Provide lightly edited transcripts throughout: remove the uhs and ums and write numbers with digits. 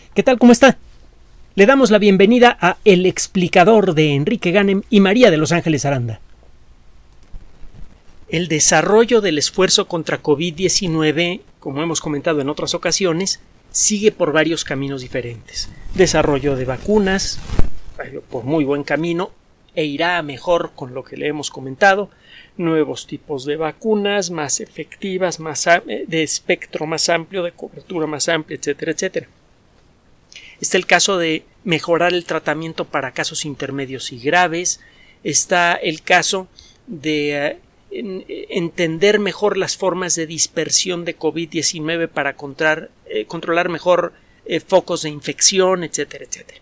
¿Qué tal? ¿Cómo está? Le damos la bienvenida a El Explicador de Enrique Ganem y María de Los Ángeles Aranda. El desarrollo del esfuerzo contra COVID-19, como hemos comentado en otras ocasiones, sigue por varios caminos diferentes. Desarrollo de vacunas, por muy buen camino, e irá a mejor con lo que le hemos comentado. Nuevos tipos de vacunas, más efectivas, de espectro más amplio, de cobertura más amplia, etcétera, etcétera. Está el caso de mejorar el tratamiento para casos intermedios y graves. Está el caso de entender mejor las formas de dispersión de COVID-19 para controlar mejor focos de infección, etcétera, etcétera.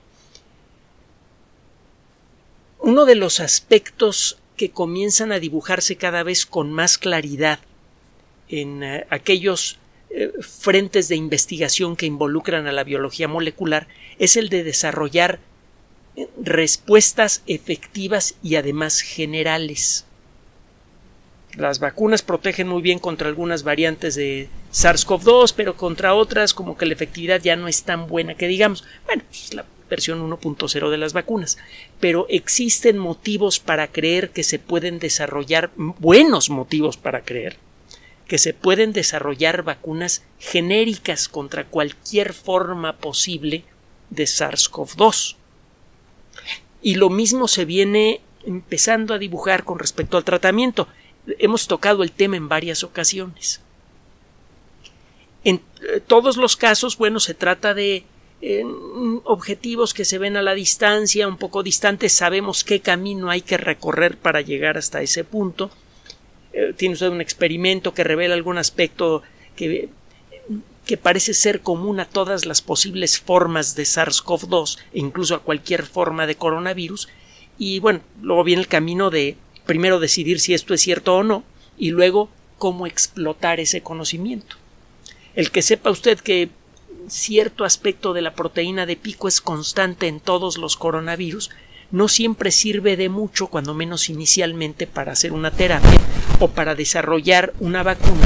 Uno de los aspectos que comienzan a dibujarse cada vez con más claridad en aquellos frentes de investigación que involucran a la biología molecular es el de desarrollar respuestas efectivas y además generales. Las vacunas protegen muy bien contra algunas variantes de SARS-CoV-2, pero contra otras como que la efectividad ya no es tan buena que digamos. Bueno, es la versión 1.0 de las vacunas, pero existen motivos para creer que se pueden desarrollar, buenos motivos para creer que se pueden desarrollar vacunas genéricas contra cualquier forma posible de SARS-CoV-2. Y lo mismo se viene empezando a dibujar con respecto al tratamiento. Hemos tocado el tema en varias ocasiones. En todos los casos, bueno, se trata de objetivos que se ven a la distancia, un poco distantes. Sabemos qué camino hay que recorrer para llegar hasta ese punto. Tiene usted un experimento que revela algún aspecto que parece ser común a todas las posibles formas de SARS-CoV-2 e incluso a cualquier forma de coronavirus. Y bueno, luego viene el camino de primero decidir si esto es cierto o no y luego cómo explotar ese conocimiento. El que sepa usted que cierto aspecto de la proteína de pico es constante en todos los coronavirus no siempre sirve de mucho, cuando menos inicialmente, para hacer una terapia o para desarrollar una vacuna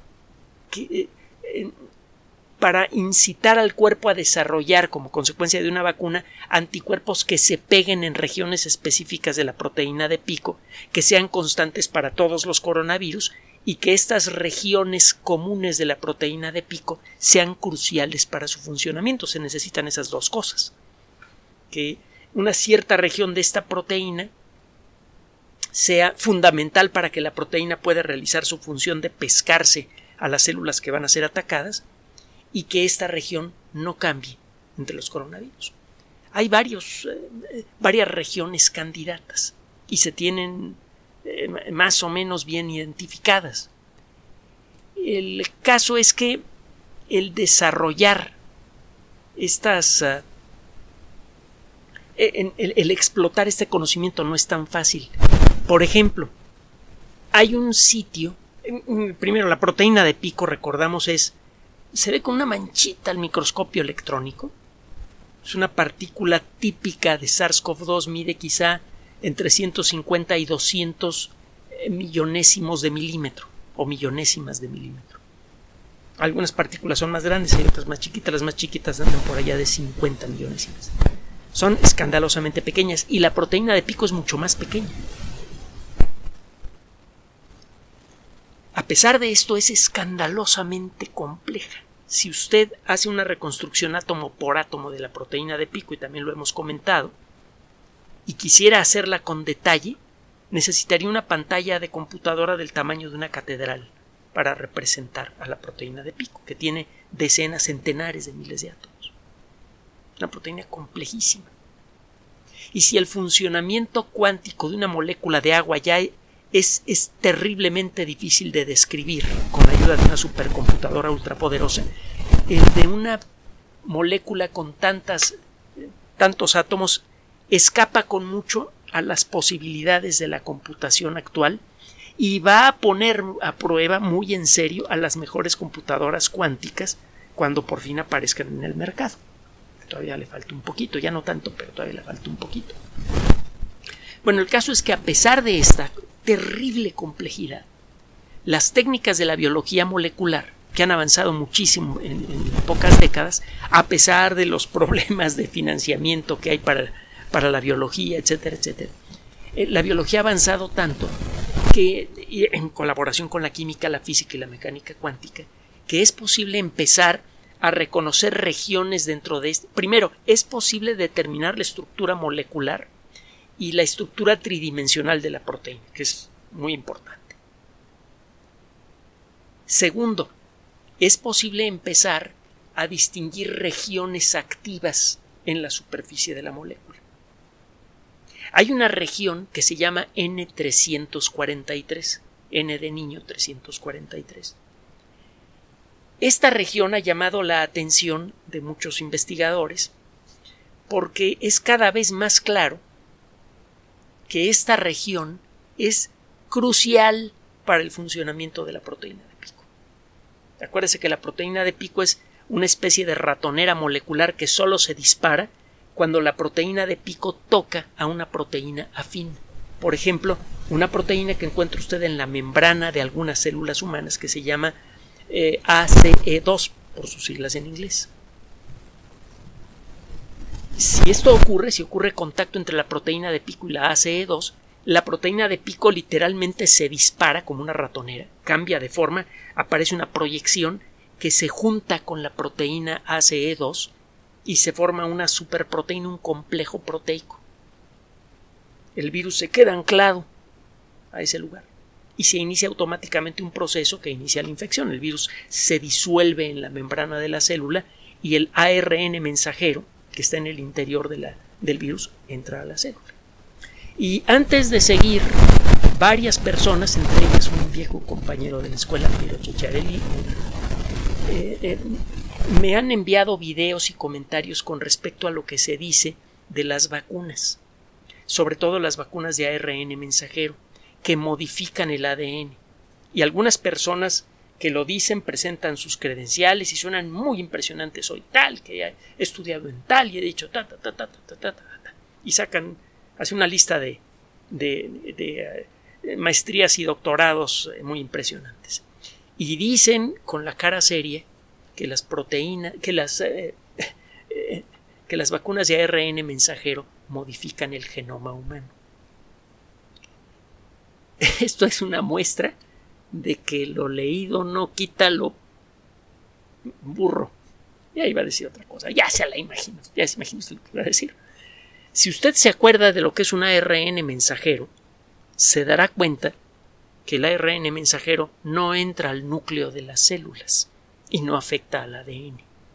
para incitar al cuerpo a desarrollar, como consecuencia de una vacuna, anticuerpos que se peguen en regiones específicas de la proteína de pico, que sean constantes para todos los coronavirus y que estas regiones comunes de la proteína de pico sean cruciales para su funcionamiento. Se necesitan esas dos cosas. Que una cierta región de esta proteína sea fundamental para que la proteína pueda realizar su función de pescarse a las células que van a ser atacadas y que esta región no cambie entre los coronavirus. Hay varias regiones candidatas y se tienen más o menos bien identificadas. El caso es que el desarrollar estas el explotar este conocimiento no es tan fácil. Por ejemplo, hay un sitio, primero la proteína de pico, recordamos, se ve con una manchita al microscopio electrónico. Es una partícula típica de SARS-CoV-2, mide quizá entre 150 y 200 millonésimos de milímetro o millonésimas de milímetro. Algunas partículas son más grandes, hay otras más chiquitas. Las más chiquitas andan por allá de 50 millonésimas. Son escandalosamente pequeñas y la proteína de pico es mucho más pequeña. A pesar de esto, es escandalosamente compleja. Si usted hace una reconstrucción átomo por átomo de la proteína de pico, y también lo hemos comentado, y quisiera hacerla con detalle, necesitaría una pantalla de computadora del tamaño de una catedral para representar a la proteína de pico, que tiene decenas, centenares de miles de átomos. Una proteína complejísima. Y si el funcionamiento cuántico de una molécula de agua ya es terriblemente difícil de describir con la ayuda de una supercomputadora ultrapoderosa, el de una molécula con tantos átomos escapa con mucho a las posibilidades de la computación actual y va a poner a prueba muy en serio a las mejores computadoras cuánticas cuando por fin aparezcan en el mercado. Todavía le falta un poquito, ya no tanto, pero todavía le falta un poquito. Bueno, el caso es que a pesar de esta terrible complejidad, las técnicas de la biología molecular que han avanzado muchísimo en pocas décadas, a pesar de los problemas de financiamiento que hay para la biología, etcétera, etcétera. La biología ha avanzado tanto que, en colaboración con la química, la física y la mecánica cuántica, que es posible empezar a reconocer regiones dentro de este. Primero, es posible determinar la estructura molecular y la estructura tridimensional de la proteína, que es muy importante. Segundo, es posible empezar a distinguir regiones activas en la superficie de la molécula. Hay una región que se llama N343, N de niño 343. Esta región ha llamado la atención de muchos investigadores porque es cada vez más claro que esta región es crucial para el funcionamiento de la proteína de pico. Acuérdense que la proteína de pico es una especie de ratonera molecular que solo se dispara cuando la proteína de pico toca a una proteína afín. Por ejemplo, una proteína que encuentra usted en la membrana de algunas células humanas que se llama ACE2, por sus siglas en inglés. Si esto ocurre, si ocurre contacto entre la proteína de pico y la ACE2, la proteína de pico literalmente se dispara como una ratonera, cambia de forma, aparece una proyección que se junta con la proteína ACE2 y se forma una superproteína, un complejo proteico. El virus se queda anclado a ese lugar y se inicia automáticamente un proceso que inicia la infección. El virus se disuelve en la membrana de la célula y el ARN mensajero que está en el interior del virus entra a la célula. Y antes de seguir, varias personas, entre ellas un viejo compañero de la escuela, Piero Ceccarelli, me han enviado videos y comentarios con respecto a lo que se dice de las vacunas, sobre todo las vacunas de ARN mensajero, que modifican el ADN. Y algunas personas que lo dicen presentan sus credenciales y suenan muy impresionantes. Soy tal, que he estudiado en tal y he dicho y hace una lista de maestrías y doctorados muy impresionantes. Y dicen con la cara seria que las proteínas, que las vacunas de ARN mensajero modifican el genoma humano. Esto es una muestra de que lo leído no quita lo burro. Ya iba a decir otra cosa, ya se imagina usted lo que iba a decir. Si usted se acuerda de lo que es un ARN mensajero, se dará cuenta que el ARN mensajero no entra al núcleo de las células y no afecta al ADN.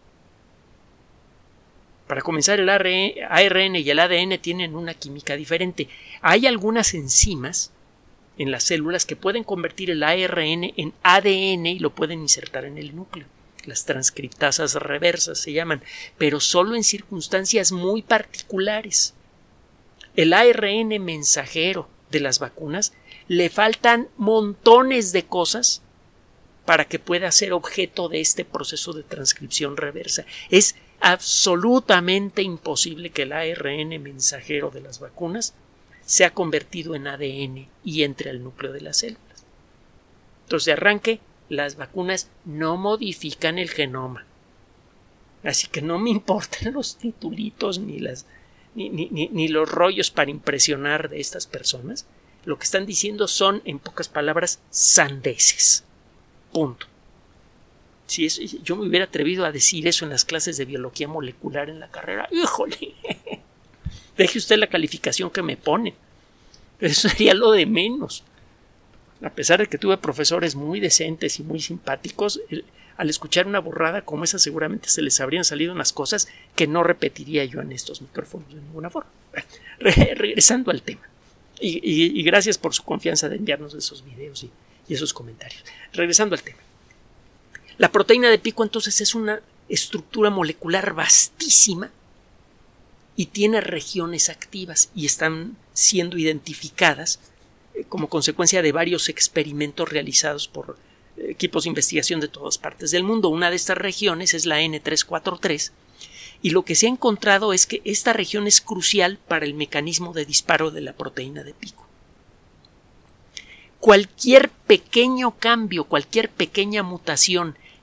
Para comenzar, el ARN y el ADN tienen una química diferente. Hay algunas enzimas en las células que pueden convertir el ARN en ADN y lo pueden insertar en el núcleo. Las transcriptasas reversas se llaman, pero solo en circunstancias muy particulares. El ARN mensajero de las vacunas le faltan montones de cosas para que pueda ser objeto de este proceso de transcripción reversa. Es absolutamente imposible que el ARN mensajero de las vacunas sea convertido en ADN y entre al núcleo de las células. Entonces, de arranque, las vacunas no modifican el genoma. Así que no me importan los titulitos ni los rollos para impresionar de estas personas. Lo que están diciendo son, en pocas palabras, sandeces. Punto. Si yo me hubiera atrevido a decir eso en las clases de biología molecular en la carrera, ¡híjole! Deje usted la calificación que me pone. Eso sería lo de menos. A pesar de que tuve profesores muy decentes y muy simpáticos, al escuchar una borrada como esa seguramente se les habrían salido unas cosas que no repetiría yo en estos micrófonos de ninguna forma. Regresando al tema. Y gracias por su confianza de enviarnos esos videos y esos comentarios. Regresando al tema. La proteína de pico entonces es una estructura molecular vastísima y tiene regiones activas y están siendo identificadas como consecuencia de varios experimentos realizados por equipos de investigación de todas partes del mundo. Una de estas regiones es la N343 y lo que se ha encontrado es que esta región es crucial para el mecanismo de disparo de la proteína de pico. Cualquier pequeño cambio, cualquier pequeña mutación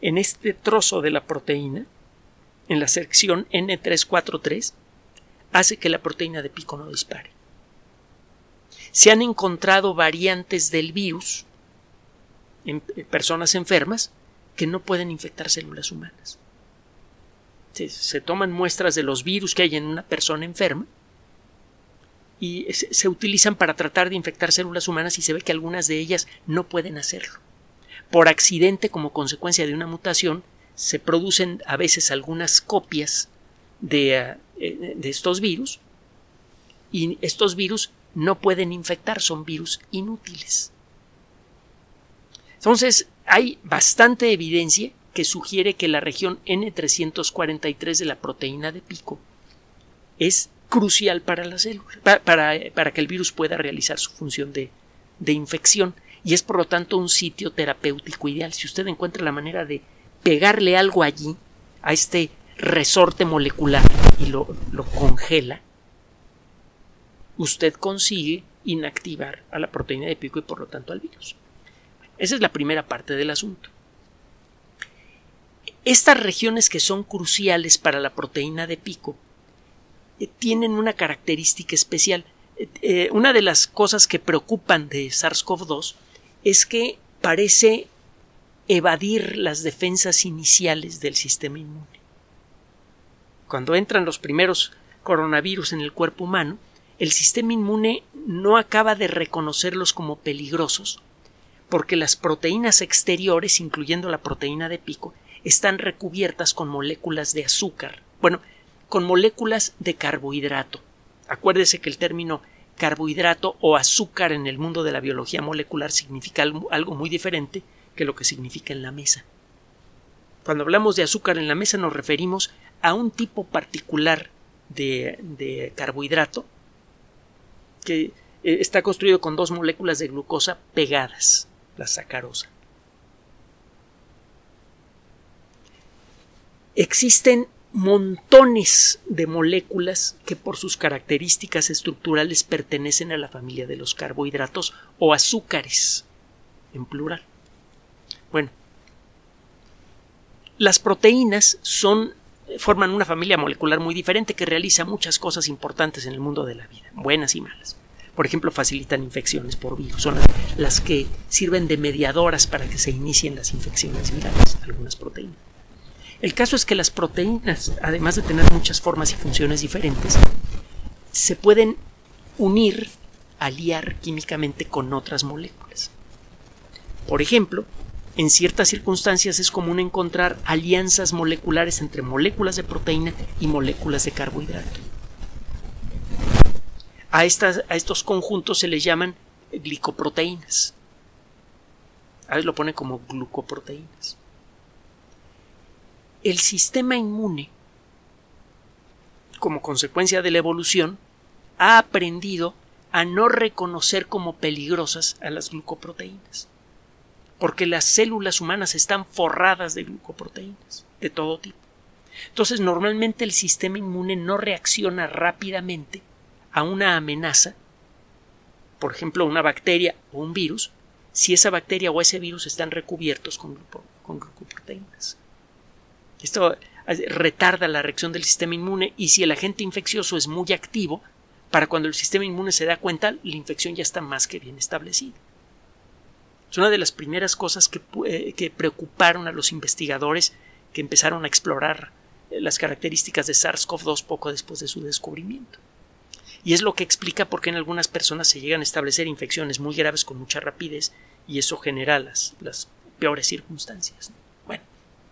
en este trozo de la proteína, en la sección N343, hace que la proteína de pico no dispare. Se han encontrado variantes del virus en personas enfermas que no pueden infectar células humanas. Se toman muestras de los virus que hay en una persona enferma y se utilizan para tratar de infectar células humanas y se ve que algunas de ellas no pueden hacerlo. Por accidente, como consecuencia de una mutación, se producen a veces algunas copias de estos virus y estos virus no pueden infectar, son virus inútiles. Entonces, hay bastante evidencia que sugiere que la región N343 de la proteína de pico es crucial para la célula, para que el virus pueda realizar su función de infección, y es por lo tanto un sitio terapéutico ideal. Si usted encuentra la manera de pegarle algo allí, a este resorte molecular, y lo congela, usted consigue inactivar a la proteína de pico y por lo tanto al virus. Esa es la primera parte del asunto. Estas regiones que son cruciales para la proteína de pico tienen una característica especial. Una de las cosas que preocupan de SARS-CoV-2 es que parece evadir las defensas iniciales del sistema inmune. Cuando entran los primeros coronavirus en el cuerpo humano, el sistema inmune no acaba de reconocerlos como peligrosos, porque las proteínas exteriores, incluyendo la proteína de pico, están recubiertas con moléculas de azúcar, con moléculas de carbohidrato. Acuérdese que el término carbohidrato o azúcar en el mundo de la biología molecular significa algo muy diferente que lo que significa en la mesa. Cuando hablamos de azúcar en la mesa nos referimos a un tipo particular de carbohidrato que está construido con dos moléculas de glucosa pegadas, la sacarosa. Existen montones de moléculas que por sus características estructurales pertenecen a la familia de los carbohidratos o azúcares, en plural. Las proteínas forman una familia molecular muy diferente que realiza muchas cosas importantes en el mundo de la vida, buenas y malas. Por ejemplo, facilitan infecciones por virus, son las que sirven de mediadoras para que se inicien las infecciones virales, algunas proteínas. El caso es que las proteínas, además de tener muchas formas y funciones diferentes, se pueden unir, aliar químicamente con otras moléculas. Por ejemplo, en ciertas circunstancias es común encontrar alianzas moleculares entre moléculas de proteína y moléculas de carbohidrato. A estos conjuntos se les llaman glicoproteínas. A veces lo pone como glucoproteínas. El sistema inmune, como consecuencia de la evolución, ha aprendido a no reconocer como peligrosas a las glucoproteínas, porque las células humanas están forradas de glucoproteínas de todo tipo. Entonces, normalmente el sistema inmune no reacciona rápidamente a una amenaza, por ejemplo, una bacteria o un virus, si esa bacteria o ese virus están recubiertos con glucoproteínas. Esto retarda la reacción del sistema inmune, y si el agente infeccioso es muy activo, para cuando el sistema inmune se da cuenta, la infección ya está más que bien establecida. Es una de las primeras cosas que preocuparon a los investigadores que empezaron a explorar las características de SARS-CoV-2 poco después de su descubrimiento. Y es lo que explica por qué en algunas personas se llegan a establecer infecciones muy graves con mucha rapidez, y eso genera las peores circunstancias. Bueno,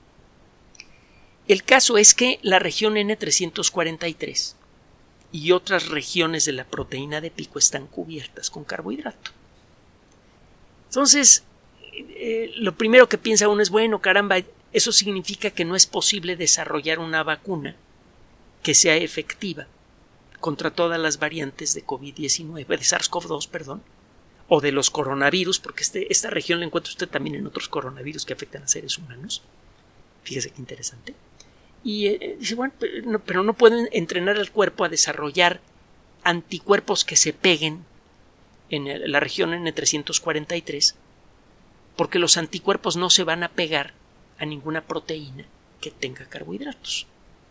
el caso es que la región N343 y otras regiones de la proteína de pico están cubiertas con carbohidrato. Entonces, lo primero que piensa uno es, bueno, caramba, eso significa que no es posible desarrollar una vacuna que sea efectiva contra todas las variantes de COVID-19, de SARS-CoV-2, perdón, o de los coronavirus, porque esta región la encuentra usted también en otros coronavirus que afectan a seres humanos. Fíjese qué interesante. Y dice, bueno, pero no pueden entrenar al cuerpo a desarrollar anticuerpos que se peguen en la región N343, porque los anticuerpos no se van a pegar a ninguna proteína que tenga carbohidratos.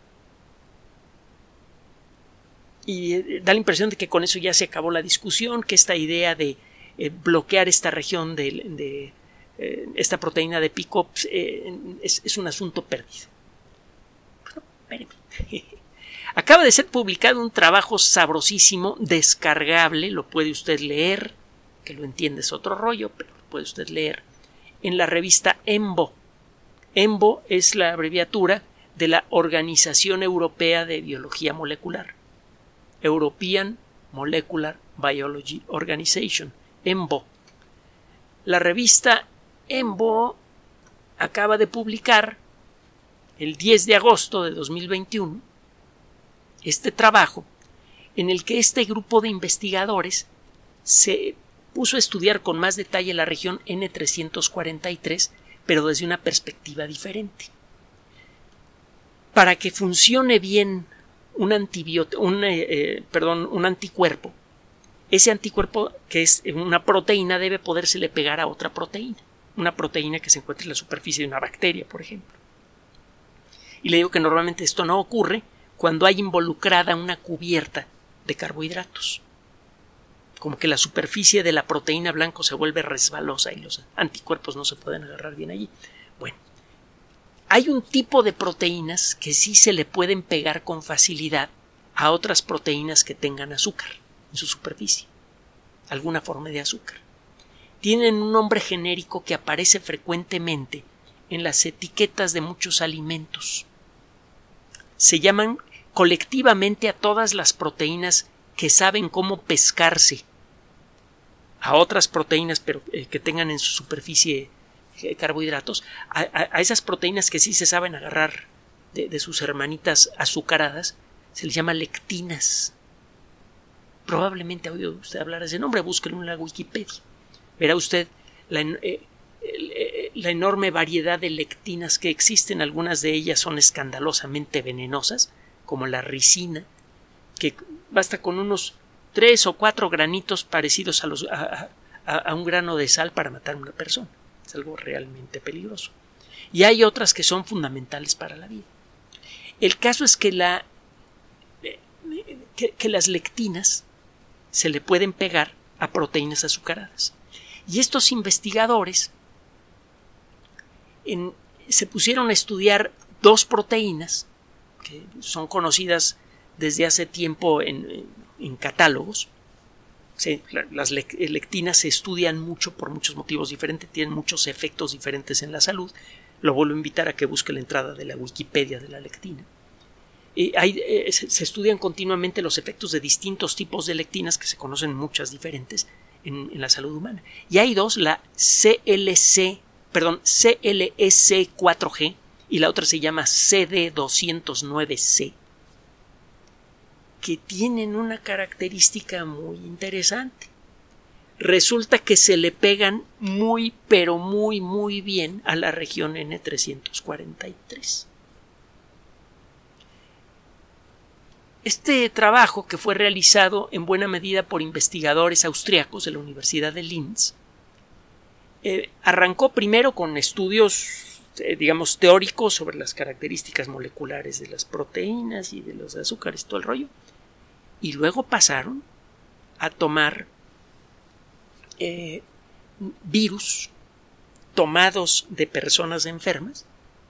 Y da la impresión de que con eso ya se acabó la discusión, que esta idea de bloquear esta región de esta proteína de pico es un asunto perdido. Bueno, acaba de ser publicado un trabajo sabrosísimo, descargable, lo puede usted leer, que lo entiende es otro rollo, pero lo puede usted leer, en la revista EMBO. EMBO es la abreviatura de la Organización Europea de Biología Molecular. European Molecular Biology Organization, EMBO. La revista EMBO acaba de publicar el 10 de agosto de 2021 este trabajo en el que este grupo de investigadores se puso a estudiar con más detalle la región N343, pero desde una perspectiva diferente. Para que funcione bien un anticuerpo, ese anticuerpo, que es una proteína, debe podérsele pegar a otra proteína, una proteína que se encuentra en la superficie de una bacteria, por ejemplo. Y le digo que normalmente esto no ocurre cuando hay involucrada una cubierta de carbohidratos. Como que la superficie de la proteína blanco se vuelve resbalosa y los anticuerpos no se pueden agarrar bien allí. Bueno, hay un tipo de proteínas que sí se le pueden pegar con facilidad a otras proteínas que tengan azúcar en su superficie, alguna forma de azúcar. Tienen un nombre genérico que aparece frecuentemente en las etiquetas de muchos alimentos. Se llaman colectivamente a todas las proteínas que saben cómo pescarse a otras proteínas pero que tengan en su superficie carbohidratos, a esas proteínas que sí se saben agarrar de sus hermanitas azucaradas, se les llama lectinas. Probablemente ha oído usted hablar de ese nombre, búsquelo en la Wikipedia. Verá usted la enorme variedad de lectinas que existen. Algunas de ellas son escandalosamente venenosas, como la ricina, que basta con unos 3 o 4 granitos parecidos a un grano de sal para matar a una persona. Es algo realmente peligroso. Y hay otras que son fundamentales para la vida. El caso es que las lectinas se le pueden pegar a proteínas azucaradas. Y estos investigadores se pusieron a estudiar 2 proteínas que son conocidas desde hace tiempo en catálogos. Las lectinas se estudian mucho por muchos motivos diferentes, tienen muchos efectos diferentes en la salud. Lo vuelvo a invitar a que busque la entrada de la Wikipedia de la lectina. Se estudian continuamente los efectos de distintos tipos de lectinas, que se conocen muchas diferentes en la salud humana. Y hay 2, la CLS4G y la otra se llama CD209C, que tienen una característica muy interesante. Resulta que se le pegan muy, pero muy, muy bien a la región N343. Este trabajo, que fue realizado en buena medida por investigadores austriacos de la Universidad de Linz, arrancó primero con estudios teóricos sobre las características moleculares de las proteínas y de los azúcares, todo el rollo, y luego pasaron a tomar virus tomados de personas enfermas,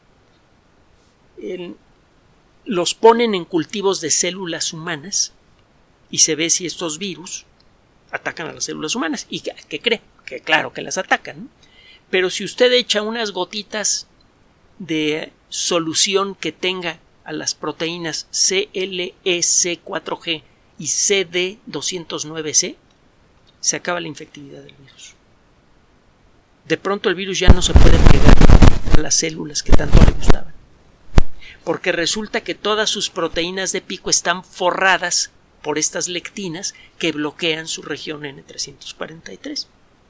los ponen en cultivos de células humanas y se ve si estos virus atacan a las células humanas. ¿Y qué cree? Que claro que las atacan, ¿no? Pero si usted echa unas gotitas de solución que tenga a las proteínas CLS4G y CD209C, se acaba la infectividad del virus. De pronto el virus ya no se puede pegar a las células que tanto le gustaban, porque resulta que todas sus proteínas de pico están forradas por estas lectinas que bloquean su región N343.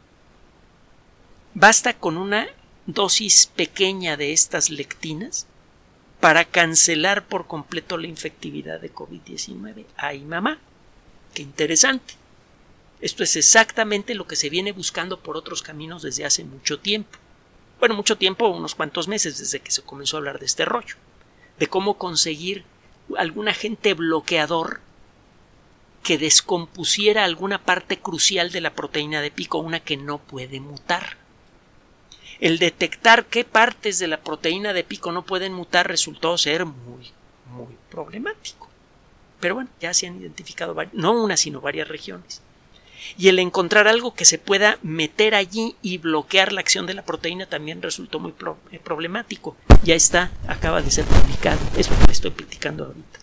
Basta con una dosis pequeña de estas lectinas para cancelar por completo la infectividad de COVID-19. ¡Ay, mamá! ¡Qué interesante! Esto es exactamente lo que se viene buscando por otros caminos desde hace mucho tiempo. bueno, mucho tiempo, unos cuantos meses desde que se comenzó a hablar de este rollo, de cómo conseguir algún agente bloqueador que descompusiera alguna parte crucial de la proteína de pico, una que no puede mutar. El detectar qué partes de la proteína de pico no pueden mutar resultó ser muy problemático. Pero bueno, ya se han identificado no una, sino varias regiones. Y el encontrar algo que se pueda meter allí y bloquear la acción de la proteína también resultó muy problemático. Ya está, acaba de ser publicado. Es lo que estoy platicando ahorita.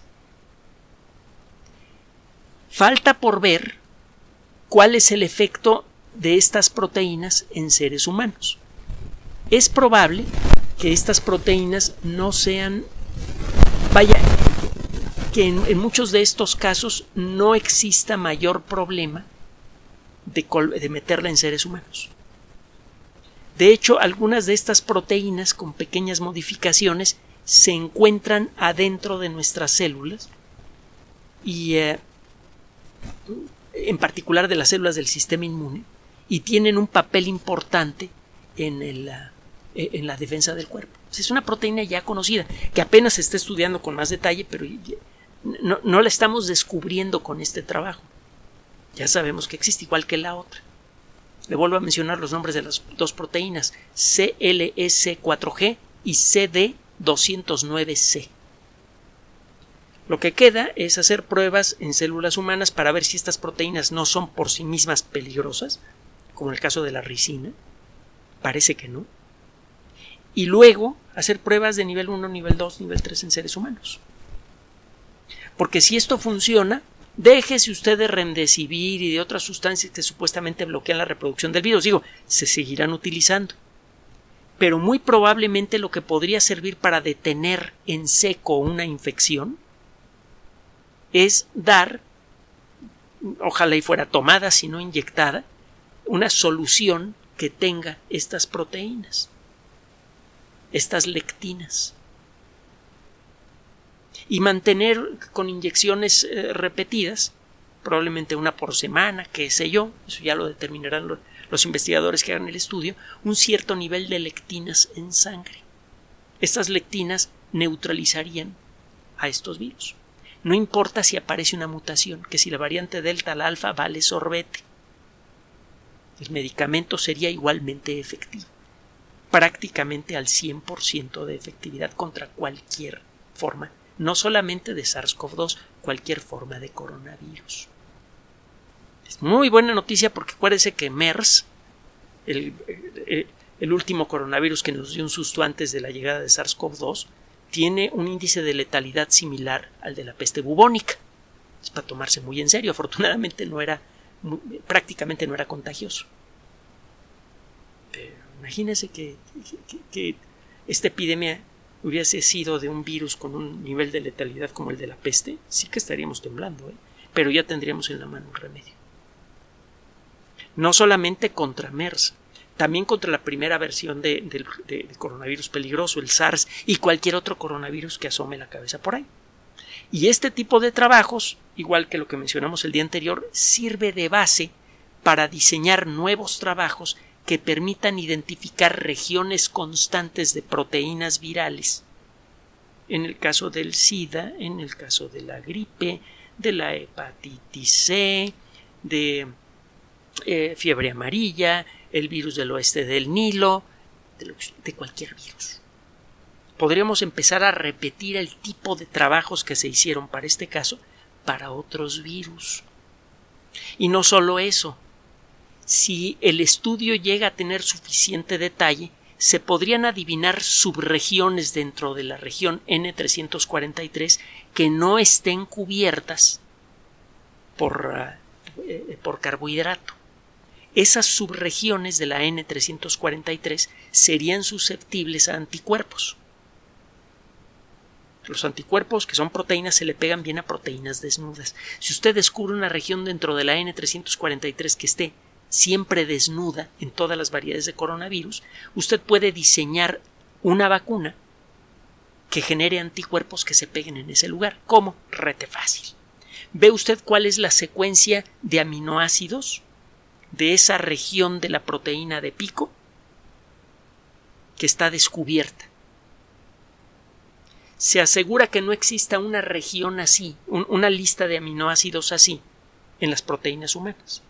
Falta por ver cuál es el efecto de estas proteínas en seres humanos. Es probable que estas proteínas no sean, que en muchos de estos casos no exista mayor problema de meterla en seres humanos. De hecho, algunas de estas proteínas con pequeñas modificaciones se encuentran adentro de nuestras células y en particular de las células del sistema inmune, y tienen un papel importante en la defensa del cuerpo. Es una proteína ya conocida, que apenas se está estudiando con más detalle, pero no la estamos descubriendo con este trabajo. Ya sabemos que existe, igual que la otra. Le vuelvo a mencionar los nombres de las dos proteínas, CLS4G y CD209C. Lo que queda es hacer pruebas en células humanas para ver si estas proteínas no son por sí mismas peligrosas, como en el caso de la ricina. Parece que no. Y luego hacer pruebas de nivel 1, nivel 2, nivel 3 en seres humanos. Porque si esto funciona, déjese usted de remdesivir y de otras sustancias que supuestamente bloquean la reproducción del virus. Digo, se seguirán utilizando. Pero muy probablemente lo que podría servir para detener en seco una infección es dar, ojalá y fuera tomada, si no inyectada, una solución que tenga estas proteínas, estas lectinas, y mantener con inyecciones repetidas, probablemente una por semana, qué sé yo, eso ya lo determinarán los investigadores que hagan el estudio, un cierto nivel de lectinas en sangre. Estas lectinas neutralizarían a estos virus. No importa si aparece una mutación, que si la variante delta, la alfa, vale sorbete. El medicamento sería igualmente efectivo, prácticamente al 100% de efectividad contra cualquier forma, no solamente de SARS-CoV-2, cualquier forma de coronavirus. Es muy buena noticia porque acuérdense que MERS, el último coronavirus que nos dio un susto antes de la llegada de SARS-CoV-2, tiene un índice de letalidad similar al de la peste bubónica. Es para tomarse muy en serio. Afortunadamente prácticamente no era contagioso. Pero imagínense que esta epidemia hubiese sido de un virus con un nivel de letalidad como el de la peste, sí que estaríamos temblando, pero ya tendríamos en la mano un remedio. No solamente contra MERS, también contra la primera versión de coronavirus peligroso, el SARS, y cualquier otro coronavirus que asome la cabeza por ahí. Y este tipo de trabajos, igual que lo que mencionamos el día anterior, sirve de base para diseñar nuevos trabajos que permitan identificar regiones constantes de proteínas virales. En el caso del SIDA, en el caso de la gripe, de la hepatitis C, de fiebre amarilla, el virus del oeste del Nilo, de cualquier virus. Podríamos empezar a repetir el tipo de trabajos que se hicieron para este caso para otros virus. Y no solo eso, si el estudio llega a tener suficiente detalle, se podrían adivinar subregiones dentro de la región N343 que no estén cubiertas por carbohidrato. Esas subregiones de la N343 serían susceptibles a anticuerpos. Los anticuerpos, que son proteínas, se le pegan bien a proteínas desnudas. Si usted descubre una región dentro de la N343 que esté siempre desnuda en todas las variedades de coronavirus, usted puede diseñar una vacuna que genere anticuerpos que se peguen en ese lugar. ¿Cómo? Rete fácil. ¿Ve usted cuál es la secuencia de aminoácidos de esa región de la proteína de pico? que está descubierta. Se asegura que no exista una región así, una lista de aminoácidos así en las proteínas humanas.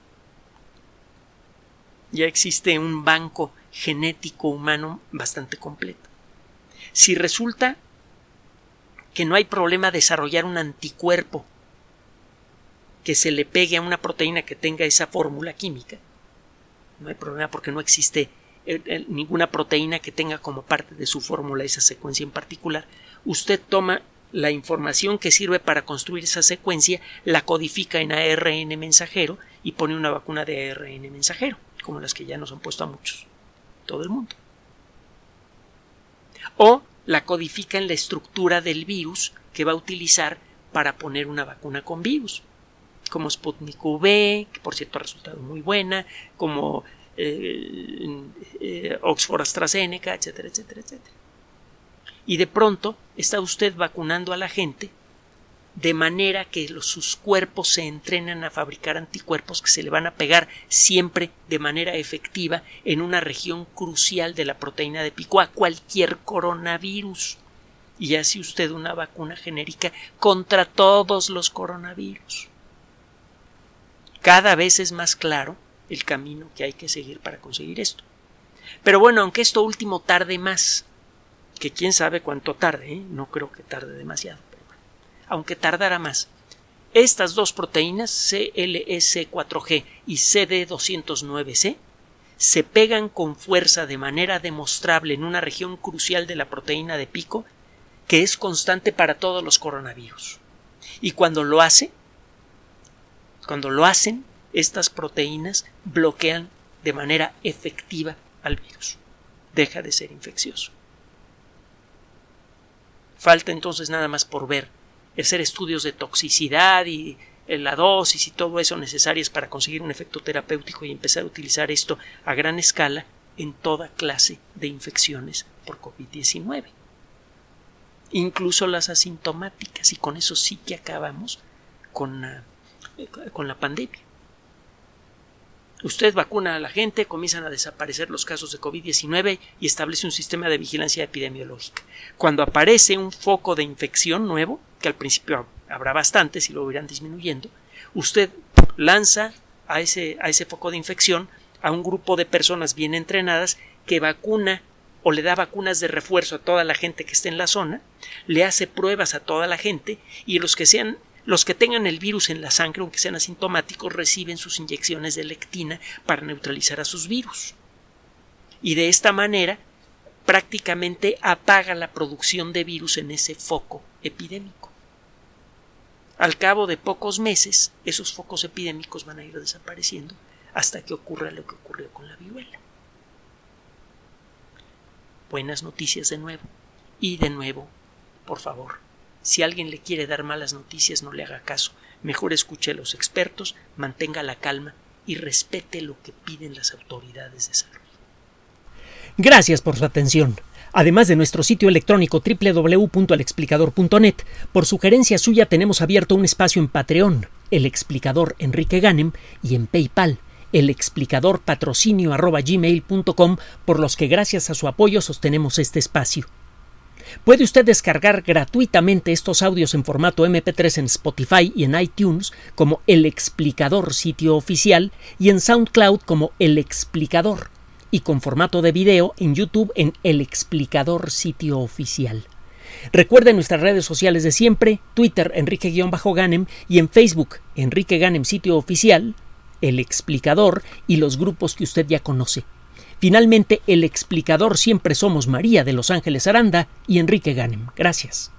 Ya existe un banco genético humano bastante completo. Si resulta que no hay problema desarrollar un anticuerpo que se le pegue a una proteína que tenga esa fórmula química, no hay problema porque no existe ninguna proteína que tenga como parte de su fórmula esa secuencia en particular. Usted toma la información que sirve para construir esa secuencia, la codifica en ARN mensajero y pone una vacuna de ARN mensajero, como las que ya nos han puesto a muchos, todo el mundo. O la codifica en la estructura del virus que va a utilizar para poner una vacuna con virus, como Sputnik V, que por cierto ha resultado muy buena, como Oxford AstraZeneca, etcétera, etcétera, etcétera. Y de pronto está usted vacunando a la gente de manera que sus cuerpos se entrenan a fabricar anticuerpos que se le van a pegar siempre de manera efectiva en una región crucial de la proteína de pico a cualquier coronavirus. Y hace usted una vacuna genérica contra todos los coronavirus. Cada vez es más claro el camino que hay que seguir para conseguir esto. Pero bueno, aunque esto último tarde más, que quién sabe cuánto tarde, no creo que tarde demasiado, pero bueno, aunque tardara más, estas dos proteínas, CLS4G y CD209C, se pegan con fuerza de manera demostrable en una región crucial de la proteína de pico que es constante para todos los coronavirus. Y cuando lo hacen, estas proteínas bloquean de manera efectiva al virus. Deja de ser infeccioso. Falta entonces nada más por ver, hacer estudios de toxicidad y la dosis y todo eso necesarias para conseguir un efecto terapéutico y empezar a utilizar esto a gran escala en toda clase de infecciones por COVID-19. Incluso las asintomáticas, y con eso sí que acabamos con la pandemia. Usted vacuna a la gente, comienzan a desaparecer los casos de COVID-19 y establece un sistema de vigilancia epidemiológica. Cuando aparece un foco de infección nuevo, que al principio habrá bastantes y luego irán disminuyendo, usted lanza a ese foco de infección a un grupo de personas bien entrenadas que vacuna o le da vacunas de refuerzo a toda la gente que esté en la zona, le hace pruebas a toda la gente y los que tengan el virus en la sangre, aunque sean asintomáticos, reciben sus inyecciones de lectina para neutralizar a sus virus. Y de esta manera prácticamente apaga la producción de virus en ese foco epidémico. Al cabo de pocos meses, esos focos epidémicos van a ir desapareciendo hasta que ocurra lo que ocurrió con la viruela. Buenas noticias de nuevo. Y de nuevo, por favor, si alguien le quiere dar malas noticias, no le haga caso. Mejor escuche a los expertos, mantenga la calma y respete lo que piden las autoridades de salud. Gracias por su atención. Además de nuestro sitio electrónico www.alexplicador.net, por sugerencia suya tenemos abierto un espacio en Patreon, El Explicador Enrique Ganem, y en PayPal, elexplicadorpatrocinio@gmail.com, por los que gracias a su apoyo sostenemos este espacio. Puede usted descargar gratuitamente estos audios en formato MP3 en Spotify y en iTunes como El Explicador Sitio Oficial y en SoundCloud como El Explicador, y con formato de video en YouTube en El Explicador Sitio Oficial. Recuerde nuestras redes sociales de siempre, Twitter Enrique-Ganem y en Facebook Enrique Ganem Sitio Oficial, El Explicador y los grupos que usted ya conoce. Finalmente, El Explicador siempre somos María de Los Ángeles Aranda y Enrique Ganem. Gracias.